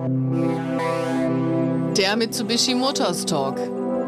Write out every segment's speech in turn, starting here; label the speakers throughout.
Speaker 1: Der Mitsubishi Motors Talk.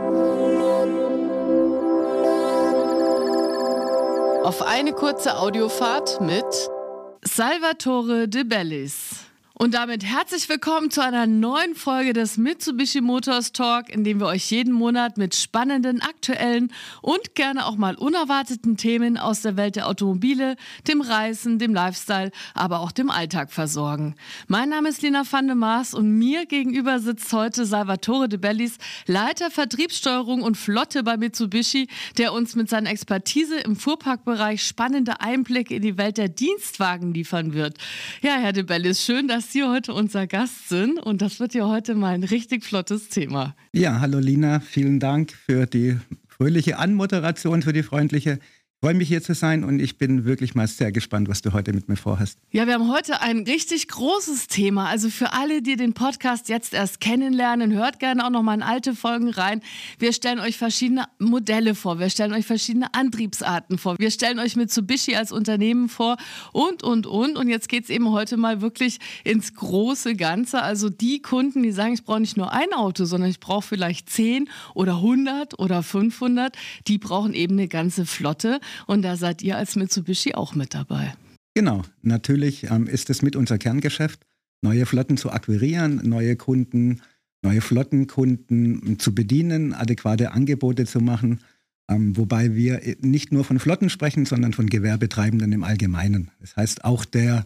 Speaker 1: Auf eine kurze Audiofahrt mit Salvatore De Bellis. Und damit herzlich willkommen zu einer neuen Folge des Mitsubishi Motors Talk, in dem wir euch jeden Monat mit spannenden, aktuellen und gerne auch mal unerwarteten Themen aus der Welt der Automobile, dem Reisen, dem Lifestyle, aber auch dem Alltag versorgen. Mein Name ist Lina van de Maas und mir gegenüber sitzt heute Salvatore De Bellis, Leiter Vertriebssteuerung und Flotte bei Mitsubishi, der uns mit seiner Expertise im Fuhrparkbereich spannende Einblicke in die Welt der Dienstwagen liefern wird. Ja, Herr De Bellis, schön, dass Sie heute unser Gast sind und das wird ja heute mal ein richtig flottes Thema.
Speaker 2: Ja, hallo Lina, vielen Dank für die fröhliche Anmoderation, für die freundliche. Ich freue mich hier zu sein und ich bin wirklich mal sehr gespannt, was du heute mit mir vorhast.
Speaker 1: Ja, wir haben heute ein richtig großes Thema. Also für alle, die den Podcast jetzt erst kennenlernen, hört gerne auch noch mal in alte Folgen rein. Wir stellen euch verschiedene Modelle vor, wir stellen euch verschiedene Antriebsarten vor, wir stellen euch Mitsubishi als Unternehmen vor und. Und jetzt geht es eben heute mal wirklich ins große Ganze. Also die Kunden, die sagen, ich brauche nicht nur ein Auto, sondern ich brauche vielleicht 10 oder 100 oder 500, die brauchen eben eine ganze Flotte. Und da seid ihr als Mitsubishi auch mit dabei.
Speaker 2: Genau, natürlich ist es mit unser Kerngeschäft, neue Flotten zu akquirieren, neue Kunden, neue Flottenkunden zu bedienen, adäquate Angebote zu machen, wobei wir nicht nur von Flotten sprechen, sondern von Gewerbetreibenden im Allgemeinen. Das heißt, auch der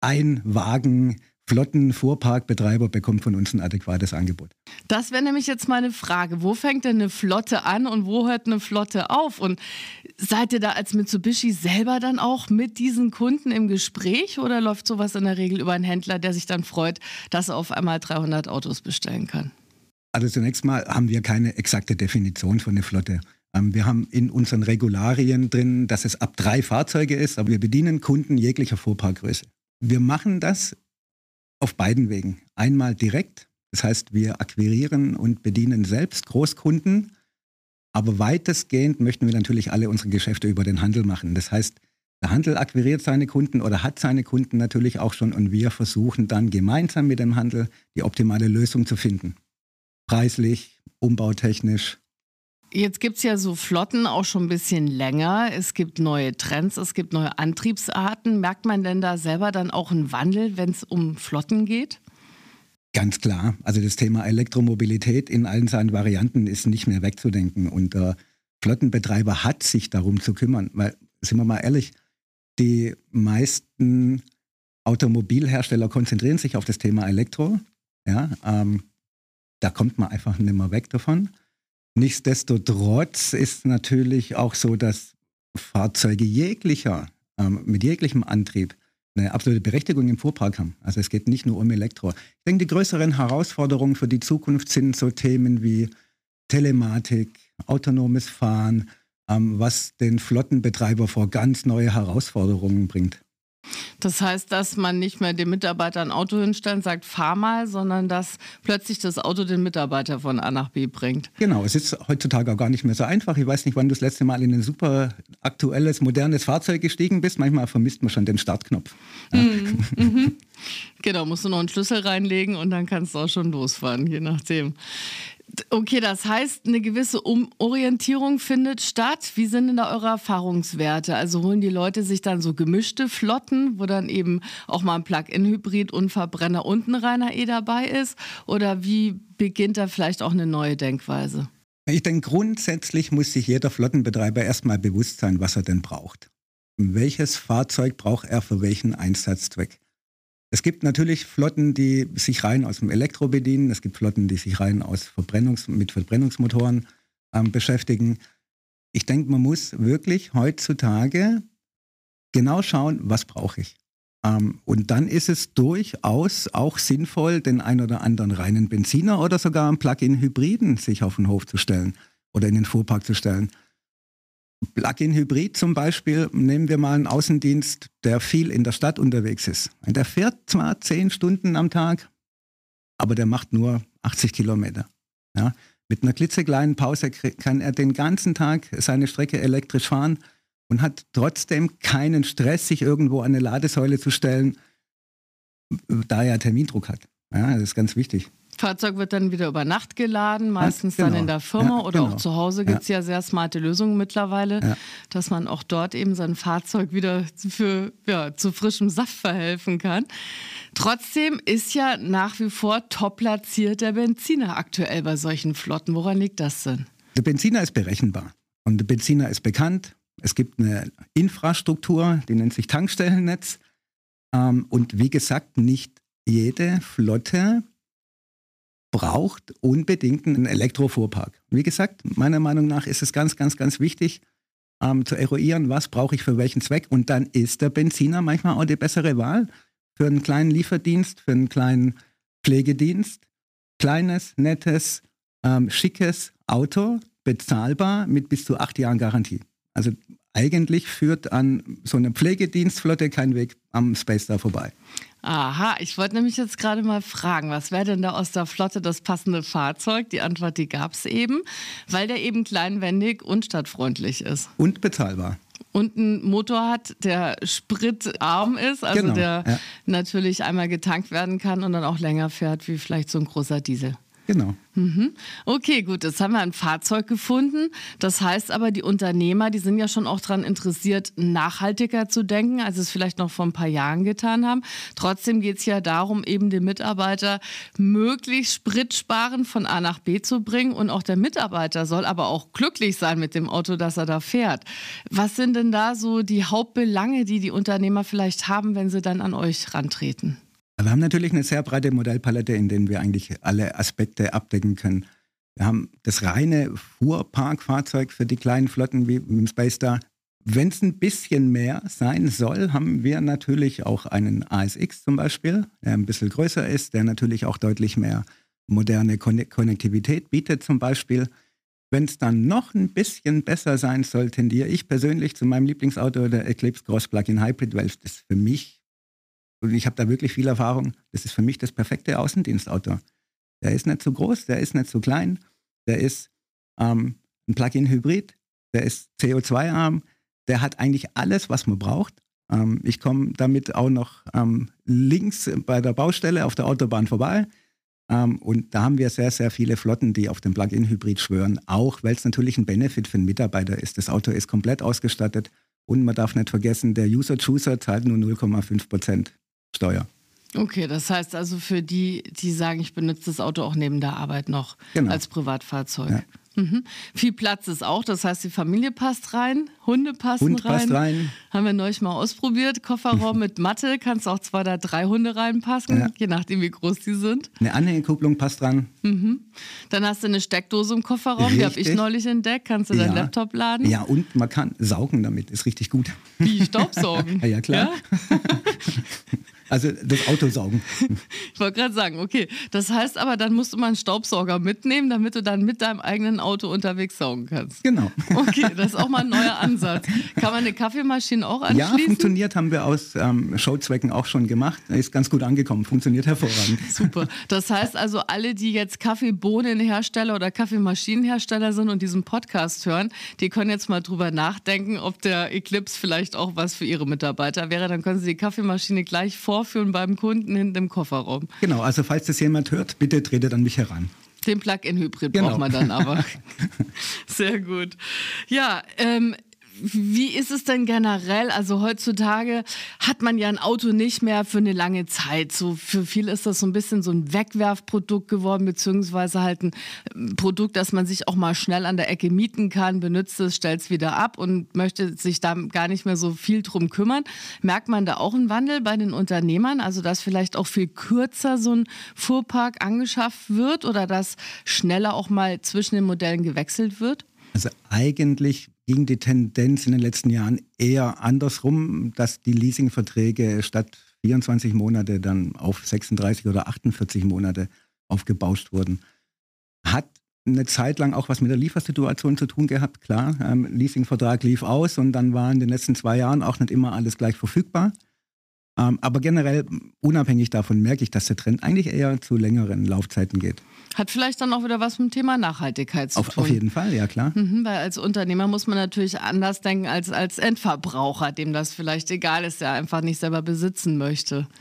Speaker 2: Flottenfuhrparkbetreiber bekommt von uns ein adäquates Angebot.
Speaker 1: Das wäre nämlich jetzt meine Frage. Wo fängt denn eine Flotte an und wo hört eine Flotte auf? Und seid ihr da als Mitsubishi selber dann auch mit diesen Kunden im Gespräch oder läuft sowas in der Regel über einen Händler, der sich dann freut, dass er auf einmal 300 Autos bestellen kann?
Speaker 2: Also zunächst mal haben wir keine exakte Definition von einer Flotte. Wir haben in unseren Regularien drin, dass es ab 3 Fahrzeuge ist, aber wir bedienen Kunden jeglicher Fuhrparkgröße. Wir machen das auf beiden Wegen. Einmal direkt, das heißt, wir akquirieren und bedienen selbst Großkunden, aber weitestgehend möchten wir natürlich alle unsere Geschäfte über den Handel machen. Das heißt, der Handel akquiriert seine Kunden oder hat seine Kunden natürlich auch schon und wir versuchen dann gemeinsam mit dem Handel die optimale Lösung zu finden. Preislich, umbautechnisch.
Speaker 1: Jetzt gibt es ja so Flotten auch schon ein bisschen länger. Es gibt neue Trends, es gibt neue Antriebsarten. Merkt man denn da selber dann auch einen Wandel, wenn es um Flotten geht?
Speaker 2: Ganz klar. Also das Thema Elektromobilität in allen seinen Varianten ist nicht mehr wegzudenken. Und der Flottenbetreiber hat sich darum zu kümmern. Weil, sind wir mal ehrlich, die meisten Automobilhersteller konzentrieren sich auf das Thema Elektro. Ja, da kommt man einfach nicht mehr weg davon. Nichtsdestotrotz ist natürlich auch so, dass Fahrzeuge mit jeglichem Antrieb eine absolute Berechtigung im Fuhrpark haben. Also es geht nicht nur um Elektro. Ich denke, die größeren Herausforderungen für die Zukunft sind so Themen wie Telematik, autonomes Fahren, was den Flottenbetreiber vor ganz neue Herausforderungen bringt.
Speaker 1: Das heißt, dass man nicht mehr dem Mitarbeiter ein Auto hinstellt und sagt, fahr mal, sondern dass plötzlich das Auto den Mitarbeiter von A nach B bringt.
Speaker 2: Genau, es ist heutzutage auch gar nicht mehr so einfach. Ich weiß nicht, wann du das letzte Mal in ein super aktuelles, modernes Fahrzeug gestiegen bist. Manchmal vermisst man schon den Startknopf.
Speaker 1: Genau, musst du noch einen Schlüssel reinlegen und dann kannst du auch schon losfahren, je nachdem. Okay, das heißt, eine gewisse Umorientierung findet statt. Wie sind denn da eure Erfahrungswerte? Also holen die Leute sich dann so gemischte Flotten, wo dann eben auch mal ein Plug-in-Hybrid und Verbrenner und ein reiner E dabei ist? Oder wie beginnt da vielleicht auch eine neue Denkweise?
Speaker 2: Ich denke, grundsätzlich muss sich jeder Flottenbetreiber erstmal bewusst sein, was er denn braucht. Welches Fahrzeug braucht er für welchen Einsatzzweck? Es gibt natürlich Flotten, die sich rein aus dem Elektro bedienen. Es gibt Flotten, die sich rein mit Verbrennungsmotoren beschäftigen. Ich denke, man muss wirklich heutzutage genau schauen, was brauche ich. Und dann ist es durchaus auch sinnvoll, den ein oder anderen reinen Benziner oder sogar einen Plug-in-Hybriden sich auf den Hof zu stellen oder in den Fuhrpark zu stellen. Plug-in-Hybrid zum Beispiel, nehmen wir mal einen Außendienst, der viel in der Stadt unterwegs ist. Der fährt zwar 10 Stunden am Tag, aber der macht nur 80 Kilometer. Ja? Mit einer klitzekleinen Pause kann er den ganzen Tag seine Strecke elektrisch fahren und hat trotzdem keinen Stress, sich irgendwo an eine Ladesäule zu stellen, da er Termindruck hat. Ja, das ist ganz wichtig.
Speaker 1: Fahrzeug wird dann wieder über Nacht geladen, meistens
Speaker 2: genau.
Speaker 1: dann in der Firma oder
Speaker 2: genau.
Speaker 1: auch zu Hause gibt es ja sehr smarte Lösungen mittlerweile, dass man auch dort eben sein Fahrzeug wieder zu frischem Saft verhelfen kann. Trotzdem ist ja nach wie vor top platziert der Benziner aktuell bei solchen Flotten. Woran liegt das denn?
Speaker 2: Der Benziner ist berechenbar und der Benziner ist bekannt. Es gibt eine Infrastruktur, die nennt sich Tankstellennetz. Und wie gesagt, nicht jede Flotte braucht unbedingt einen Elektrofuhrpark. Wie gesagt, meiner Meinung nach ist es ganz, ganz, ganz wichtig, zu eruieren, was brauche ich für welchen Zweck. Und dann ist der Benziner manchmal auch die bessere Wahl für einen kleinen Lieferdienst, für einen kleinen Pflegedienst. Kleines, nettes, schickes Auto, bezahlbar mit bis zu 8 Jahren Garantie. Also eigentlich führt an so einer Pflegedienstflotte kein Weg am Space Star vorbei.
Speaker 1: Aha, ich wollte nämlich jetzt gerade mal fragen, was wäre denn da aus der Flotte das passende Fahrzeug? Die Antwort, die gab es eben, weil der eben kleinwendig und stadtfreundlich ist.
Speaker 2: Und bezahlbar.
Speaker 1: Und einen Motor hat, der spritarm ist, also
Speaker 2: Genau,
Speaker 1: der natürlich einmal getankt werden kann und dann auch länger fährt, wie vielleicht so ein großer Diesel.
Speaker 2: Genau.
Speaker 1: Okay, gut, jetzt haben wir ein Fahrzeug gefunden. Das heißt aber, die Unternehmer, die sind ja schon auch daran interessiert, nachhaltiger zu denken, als es vielleicht noch vor ein paar Jahren getan haben. Trotzdem geht es ja darum, eben den Mitarbeiter möglichst spritsparend von A nach B zu bringen. Und auch der Mitarbeiter soll aber auch glücklich sein mit dem Auto, das er da fährt. Was sind denn da so die Hauptbelange, die die Unternehmer vielleicht haben, wenn sie dann an euch rantreten?
Speaker 2: Wir haben natürlich eine sehr breite Modellpalette, in der wir eigentlich alle Aspekte abdecken können. Wir haben das reine Fuhrparkfahrzeug für die kleinen Flotten wie im Space Star. Wenn es ein bisschen mehr sein soll, haben wir natürlich auch einen ASX zum Beispiel, der ein bisschen größer ist, der natürlich auch deutlich mehr moderne Konnektivität bietet zum Beispiel. Wenn es dann noch ein bisschen besser sein soll, tendiere ich persönlich zu meinem Lieblingsauto, der Eclipse Cross Plug-in Hybrid, weil das für mich, und ich habe da wirklich viel Erfahrung, das ist für mich das perfekte Außendienstauto. Der ist nicht zu groß, der ist nicht zu klein, der ist ein Plug-in-Hybrid, der ist CO2-arm, der hat eigentlich alles, was man braucht. Ich komme damit auch noch links bei der Baustelle auf der Autobahn vorbei. Und da haben wir sehr, sehr viele Flotten, die auf den Plug-in-Hybrid schwören, auch weil es natürlich ein Benefit für einen Mitarbeiter ist. Das Auto ist komplett ausgestattet und man darf nicht vergessen, der User-Chooser zahlt nur 0,5% Steuer.
Speaker 1: Okay, das heißt also für die, die sagen, ich benutze das Auto auch neben der Arbeit noch als Privatfahrzeug. Ja. Viel Platz ist auch, das heißt, die Familie passt rein, Hunde passen
Speaker 2: Hund passt rein.
Speaker 1: Haben wir neulich mal ausprobiert. Kofferraum mit Matte, kannst auch 2 oder 3 Hunde reinpassen, je nachdem, wie groß die sind.
Speaker 2: Eine Anhängerkupplung passt dran.
Speaker 1: Dann hast du eine Steckdose im Kofferraum, die habe ich neulich entdeckt. Kannst du deinen Laptop laden?
Speaker 2: Ja, und man kann saugen damit, ist richtig gut.
Speaker 1: Wie, Staubsaugen?
Speaker 2: Ja, klar. Ja? Also das Auto saugen.
Speaker 1: Ich wollte gerade sagen, okay, das heißt aber, dann musst du mal einen Staubsauger mitnehmen, damit du dann mit deinem eigenen Auto unterwegs saugen kannst.
Speaker 2: Genau.
Speaker 1: Okay, das ist auch mal ein neuer Ansatz. Kann man eine Kaffeemaschine auch anschließen?
Speaker 2: Ja, funktioniert, haben wir aus Showzwecken auch schon gemacht. Ist ganz gut angekommen, funktioniert hervorragend.
Speaker 1: Super. Das heißt also, alle, die jetzt Kaffeebohnenhersteller oder Kaffeemaschinenhersteller sind und diesen Podcast hören, die können jetzt mal drüber nachdenken, ob der Eclipse vielleicht auch was für ihre Mitarbeiter wäre. Dann können sie die Kaffeemaschine gleich vorführen beim Kunden hinten im Kofferraum.
Speaker 2: Genau, also falls das jemand hört, bitte tretet an mich heran.
Speaker 1: Den Plug-in-Hybrid braucht man dann aber. Sehr gut. Ja, wie ist es denn generell? Also heutzutage hat man ja ein Auto nicht mehr für eine lange Zeit. So für viele ist das so ein bisschen so ein Wegwerfprodukt geworden, beziehungsweise halt ein Produkt, das man sich auch mal schnell an der Ecke mieten kann, benutzt es, stellt es wieder ab und möchte sich da gar nicht mehr so viel drum kümmern. Merkt man da auch einen Wandel bei den Unternehmern? Also dass vielleicht auch viel kürzer so ein Fuhrpark angeschafft wird oder dass schneller auch mal zwischen den Modellen gewechselt wird?
Speaker 2: Also eigentlich ging die Tendenz in den letzten Jahren eher andersrum, dass die Leasingverträge statt 24 Monate dann auf 36 oder 48 Monate aufgebauscht wurden. Hat eine Zeit lang auch was mit der Liefersituation zu tun gehabt, klar. Leasingvertrag lief aus und dann war in den letzten 2 Jahren auch nicht immer alles gleich verfügbar. Aber generell, unabhängig davon, merke ich, dass der Trend eigentlich eher zu längeren Laufzeiten geht.
Speaker 1: Hat vielleicht dann auch wieder was mit dem Thema Nachhaltigkeit zu tun.
Speaker 2: Auf jeden Fall, ja klar.
Speaker 1: Weil als Unternehmer muss man natürlich anders denken als Endverbraucher, dem das vielleicht egal ist, der einfach nicht selber besitzen möchte.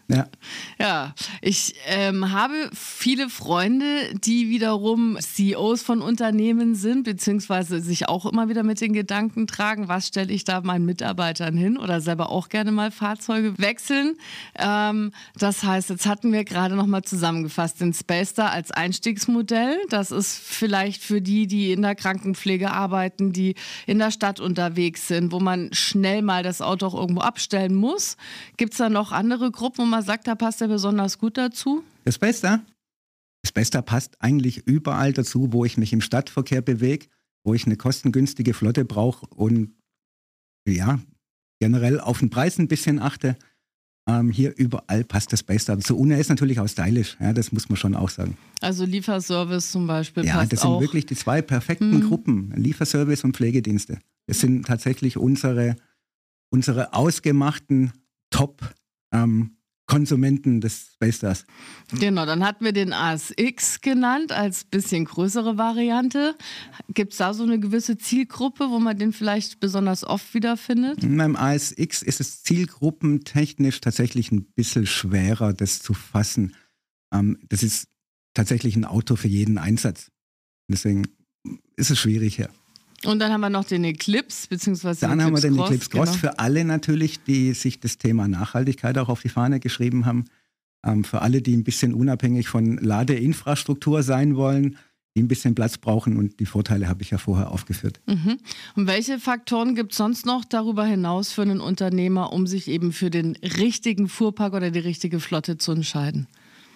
Speaker 2: Ja.
Speaker 1: Ja, ich habe viele Freunde, die wiederum CEOs von Unternehmen sind, beziehungsweise sich auch immer wieder mit den Gedanken tragen, was stelle ich da meinen Mitarbeitern hin oder selber auch gerne mal Fahrzeuge wechseln. Das heißt, jetzt hatten wir gerade noch mal zusammengefasst den Spacestar als Einstiegsmodell. Das ist vielleicht für die, die in der Krankenpflege arbeiten, die in der Stadt unterwegs sind, wo man schnell mal das Auto auch irgendwo abstellen muss. Gibt es da noch andere Gruppen, wo man sagt, da passt er besonders gut dazu?
Speaker 2: Das Beste passt eigentlich überall dazu, wo ich mich im Stadtverkehr bewege, wo ich eine kostengünstige Flotte brauche und ja, generell auf den Preis ein bisschen achte. Hier überall passt das Beste dazu. Und er ist natürlich auch stylisch, ja, das muss man schon auch sagen.
Speaker 1: Also Lieferservice zum Beispiel
Speaker 2: ja,
Speaker 1: passt auch. Ja,
Speaker 2: das sind wirklich die zwei perfekten Gruppen, Lieferservice und Pflegedienste. Das sind tatsächlich unsere ausgemachten Top- Konsumenten des Spacestars.
Speaker 1: Genau, dann hatten wir den ASX genannt als bisschen größere Variante. Gibt es da so eine gewisse Zielgruppe, wo man den vielleicht besonders oft wiederfindet?
Speaker 2: Beim ASX ist es zielgruppentechnisch tatsächlich ein bisschen schwerer, das zu fassen. Das ist tatsächlich ein Auto für jeden Einsatz. Deswegen ist es schwierig hier.
Speaker 1: Und dann haben wir noch den Eclipse, beziehungsweise
Speaker 2: dann haben wir den Eclipse Cross, genau. Für alle natürlich, die sich das Thema Nachhaltigkeit auch auf die Fahne geschrieben haben. Für alle, die ein bisschen unabhängig von Ladeinfrastruktur sein wollen, die ein bisschen Platz brauchen, und die Vorteile habe ich ja vorher aufgeführt.
Speaker 1: Mhm. Und welche Faktoren gibt es sonst noch darüber hinaus für einen Unternehmer, um sich eben für den richtigen Fuhrpark oder die richtige Flotte zu entscheiden?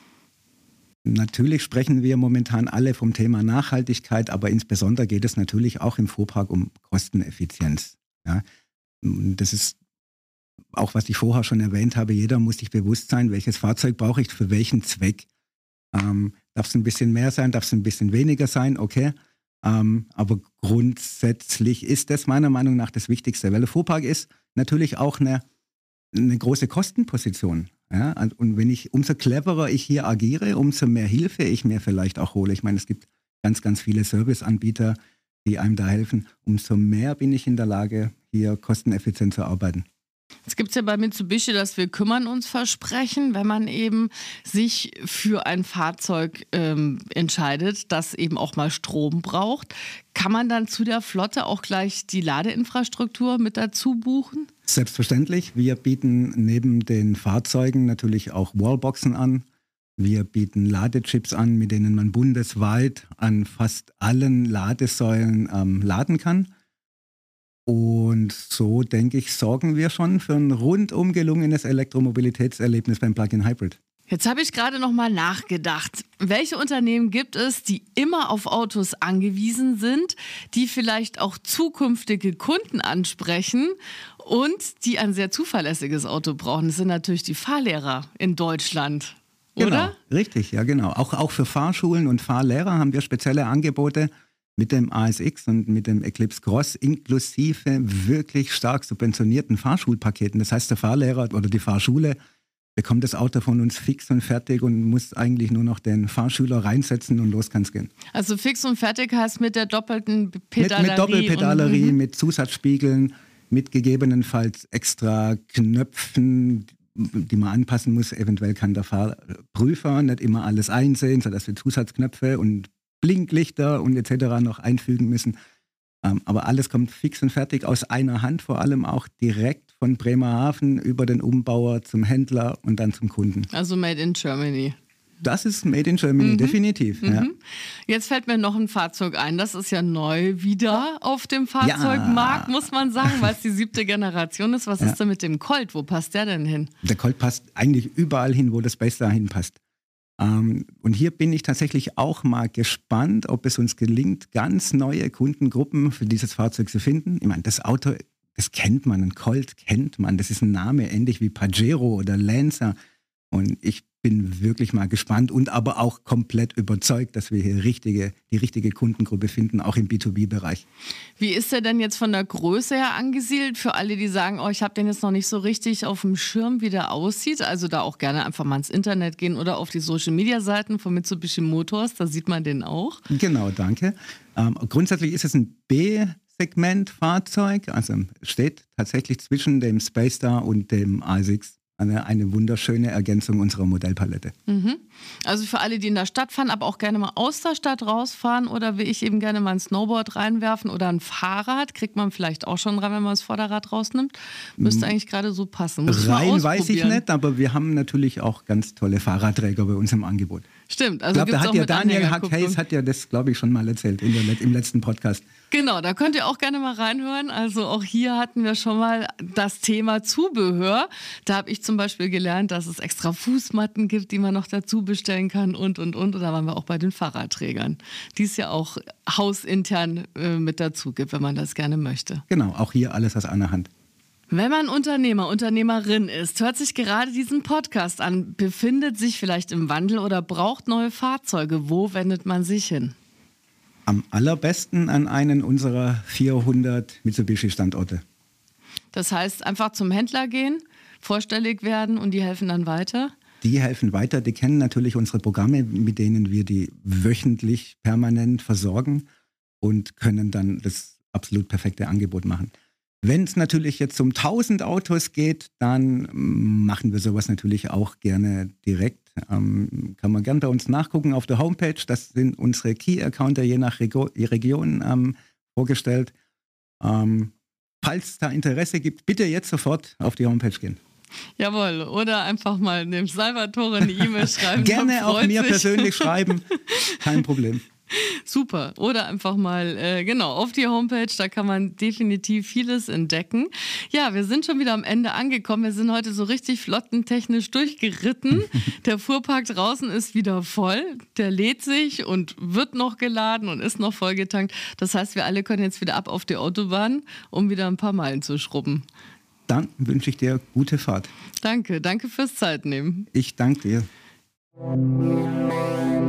Speaker 2: Natürlich sprechen wir momentan alle vom Thema Nachhaltigkeit, aber insbesondere geht es natürlich auch im Fuhrpark um Kosteneffizienz. Ja? Das ist auch, was ich vorher schon erwähnt habe, jeder muss sich bewusst sein, welches Fahrzeug brauche ich für welchen Zweck. Darf es ein bisschen mehr sein, darf es ein bisschen weniger sein, okay. Aber grundsätzlich ist das meiner Meinung nach das Wichtigste, weil der Fuhrpark ist natürlich auch eine große Kostenposition. Ja, und umso cleverer ich hier agiere, umso mehr Hilfe ich mir vielleicht auch hole. Ich meine, es gibt ganz, ganz viele Serviceanbieter, die einem da helfen. Umso mehr bin ich in der Lage, hier kosteneffizient zu arbeiten.
Speaker 1: Jetzt gibt es ja bei Mitsubishi das Wir kümmern uns Versprechen, wenn man eben sich für ein Fahrzeug entscheidet, das eben auch mal Strom braucht. Kann man dann zu der Flotte auch gleich die Ladeinfrastruktur mit dazu buchen?
Speaker 2: Selbstverständlich. Wir bieten neben den Fahrzeugen natürlich auch Wallboxen an. Wir bieten Ladechips an, mit denen man bundesweit an fast allen Ladesäulen laden kann. Und so, denke ich, sorgen wir schon für ein rundum gelungenes Elektromobilitätserlebnis beim Plug-in Hybrid.
Speaker 1: Jetzt habe ich gerade noch mal nachgedacht. Welche Unternehmen gibt es, die immer auf Autos angewiesen sind, die vielleicht auch zukünftige Kunden ansprechen und die ein sehr zuverlässiges Auto brauchen? Das sind natürlich die Fahrlehrer in Deutschland, oder?
Speaker 2: Genau, richtig, ja genau. Auch für Fahrschulen und Fahrlehrer haben wir spezielle Angebote mit dem ASX und mit dem Eclipse Cross inklusive wirklich stark subventionierten Fahrschulpaketen. Das heißt, der Fahrlehrer oder die Fahrschule bekommt das Auto von uns fix und fertig und muss eigentlich nur noch den Fahrschüler reinsetzen und los kann es gehen.
Speaker 1: Also fix und fertig heißt mit der doppelten Pedalerie?
Speaker 2: Mit Doppelpedalerie, mit Zusatzspiegeln, mit gegebenenfalls extra Knöpfen, die man anpassen muss. Eventuell kann der Fahrprüfer nicht immer alles einsehen, sodass wir Zusatzknöpfe und Blinklichter und etc. noch einfügen müssen. Aber alles kommt fix und fertig aus einer Hand, vor allem auch direkt von Bremerhaven über den Umbauer zum Händler und dann zum Kunden.
Speaker 1: Also made in Germany.
Speaker 2: Das ist made in Germany, definitiv. Ja.
Speaker 1: Jetzt fällt mir noch ein Fahrzeug ein, das ist ja neu wieder auf dem Fahrzeugmarkt, muss man sagen, weil es die 7. Generation ist. Was ist denn mit dem Colt? Wo passt der denn hin? Der
Speaker 2: Colt passt eigentlich überall hin, wo das Spacestar hinpasst. Und hier bin ich tatsächlich auch mal gespannt, ob es uns gelingt, ganz neue Kundengruppen für dieses Fahrzeug zu finden. Ich meine, das Auto, das kennt man, ein Colt kennt man, das ist ein Name ähnlich wie Pajero oder Lancer. Und ich bin wirklich mal gespannt und aber auch komplett überzeugt, dass wir hier die richtige Kundengruppe finden, auch im B2B-Bereich.
Speaker 1: Wie ist der denn jetzt von der Größe her angesiedelt? Für alle, die sagen, oh, ich habe den jetzt noch nicht so richtig auf dem Schirm, wie der aussieht. Also da auch gerne einfach mal ins Internet gehen oder auf die Social-Media-Seiten von Mitsubishi Motors, da sieht man den auch.
Speaker 2: Genau, danke. Grundsätzlich ist es ein B-Segment-Fahrzeug, also steht tatsächlich zwischen dem Spacestar und dem ASX. eine wunderschöne Ergänzung unserer Modellpalette.
Speaker 1: Also für alle, die in der Stadt fahren, aber auch gerne mal aus der Stadt rausfahren oder wie ich eben gerne mal ein Snowboard reinwerfen oder ein Fahrrad, kriegt man vielleicht auch schon rein, wenn man das Vorderrad rausnimmt. Müsste eigentlich gerade so passen. Muss
Speaker 2: rein weiß ich nicht, aber wir haben natürlich auch ganz tolle Fahrradträger bei uns im Angebot.
Speaker 1: Stimmt.
Speaker 2: Also ich glaube, da hat ja Daniel Hack-Hayes hat ja das, glaube ich, schon mal erzählt im letzten Podcast.
Speaker 1: Genau, da könnt ihr auch gerne mal reinhören. Also auch hier hatten wir schon mal das Thema Zubehör. Da habe ich zum Beispiel gelernt, dass es extra Fußmatten gibt, die man noch dazu bestellen kann und. Und da waren wir auch bei den Fahrradträgern, die es ja auch hausintern mit dazu gibt, wenn man das gerne möchte.
Speaker 2: Genau, auch hier alles aus einer Hand.
Speaker 1: Wenn man Unternehmer, Unternehmerin ist, hört sich gerade diesen Podcast an, befindet sich vielleicht im Wandel oder braucht neue Fahrzeuge. Wo wendet man sich hin?
Speaker 2: Am allerbesten an einen unserer 400 Mitsubishi-Standorte.
Speaker 1: Das heißt, einfach zum Händler gehen, vorstellig werden und die helfen dann weiter?
Speaker 2: Die helfen weiter. Die kennen natürlich unsere Programme, mit denen wir die wöchentlich permanent versorgen und können dann das absolut perfekte Angebot machen. Wenn es natürlich jetzt um 1000 Autos geht, dann machen wir sowas natürlich auch gerne direkt. Kann man gerne bei uns nachgucken auf der Homepage. Das sind unsere Key-Accounter je nach Region vorgestellt. Falls da Interesse gibt, bitte jetzt sofort auf die Homepage gehen.
Speaker 1: Jawohl, oder einfach mal dem Salvatore eine E-Mail schreiben.
Speaker 2: Gerne auch mir persönlich schreiben, kein Problem.
Speaker 1: Super. Oder einfach mal, auf die Homepage, da kann man definitiv vieles entdecken. Ja, wir sind schon wieder am Ende angekommen. Wir sind heute so richtig flottentechnisch durchgeritten. Der Fuhrpark draußen ist wieder voll. Der lädt sich und wird noch geladen und ist noch vollgetankt. Das heißt, wir alle können jetzt wieder ab auf die Autobahn, um wieder ein paar Meilen zu schrubben.
Speaker 2: Dann wünsche ich dir gute Fahrt.
Speaker 1: Danke fürs Zeitnehmen.
Speaker 2: Ich danke dir.